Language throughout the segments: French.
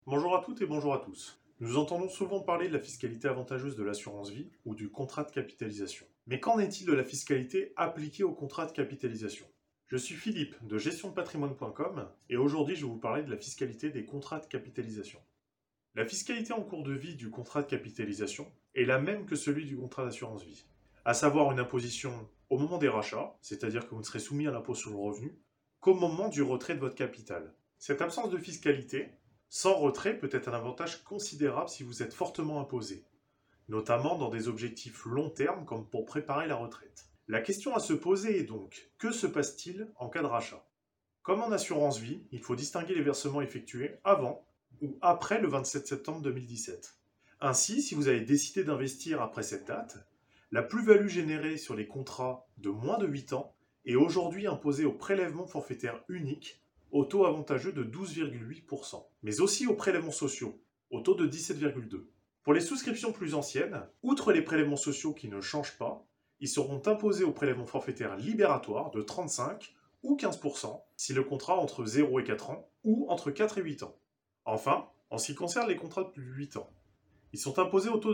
Bonjour à toutes et bonjour à tous. Nous entendons souvent parler de la fiscalité avantageuse de l'assurance vie ou du contrat de capitalisation. Mais qu'en est-il de la fiscalité appliquée au contrat de capitalisation? Je suis Philippe de gestiondepatrimoine.com et aujourd'hui je vais vous parler de la fiscalité des contrats de capitalisation. La fiscalité en cours de vie du contrat de capitalisation est la même que celui du contrat d'assurance vie, à savoir une imposition au moment des rachats, c'est-à-dire que vous ne serez soumis à l'impôt sur le revenu, qu'au moment du retrait de votre capital. Cette absence de fiscalité sans retrait peut être un avantage considérable si vous êtes fortement imposé, notamment dans des objectifs long terme comme pour préparer la retraite. La question à se poser est donc, que se passe-t-il en cas de rachat? Comme en assurance vie, il faut distinguer les versements effectués avant ou après le 27 septembre 2017. Ainsi, si vous avez décidé d'investir après cette date, la plus-value générée sur les contrats de moins de 8 ans est aujourd'hui imposée au prélèvement forfaitaire unique au taux avantageux de 12,8%, mais aussi aux prélèvements sociaux, au taux de 17,2%. Pour les souscriptions plus anciennes, outre les prélèvements sociaux qui ne changent pas, ils seront imposés au prélèvement forfaitaire libératoire de 35 ou 15% si le contrat a entre 0 et 4 ans ou entre 4 et 8 ans. Enfin, en ce qui concerne les contrats de plus de 8 ans, ils sont imposés au taux de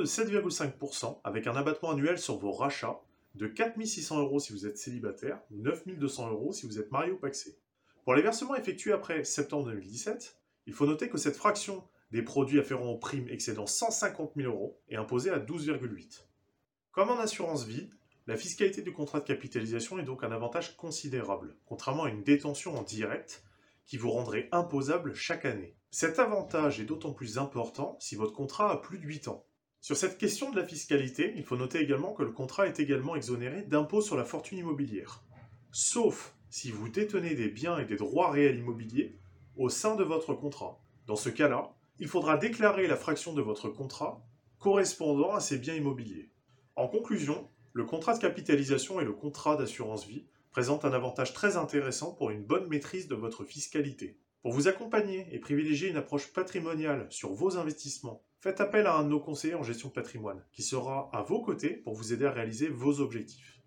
7,5% avec un abattement annuel sur vos rachats de 4 600 € si vous êtes célibataire ou 9 200 € si vous êtes marié ou pacsé. Pour les versements effectués après septembre 2017, il faut noter que cette fraction des produits afférents aux primes excédant 150 000 € est imposée à 12,8%. Comme en assurance vie, la fiscalité du contrat de capitalisation est donc un avantage considérable, contrairement à une détention en direct qui vous rendrait imposable chaque année. Cet avantage est d'autant plus important si votre contrat a plus de 8 ans. Sur cette question de la fiscalité, il faut noter également que le contrat est également exonéré d'impôt sur la fortune immobilière, sauf si vous détenez des biens et des droits réels immobiliers au sein de votre contrat. Dans ce cas-là, il faudra déclarer la fraction de votre contrat correspondant à ces biens immobiliers. En conclusion, le contrat de capitalisation et le contrat d'assurance vie présentent un avantage très intéressant pour une bonne maîtrise de votre fiscalité. Pour vous accompagner et privilégier une approche patrimoniale sur vos investissements, faites appel à un de nos conseillers en gestion de patrimoine qui sera à vos côtés pour vous aider à réaliser vos objectifs.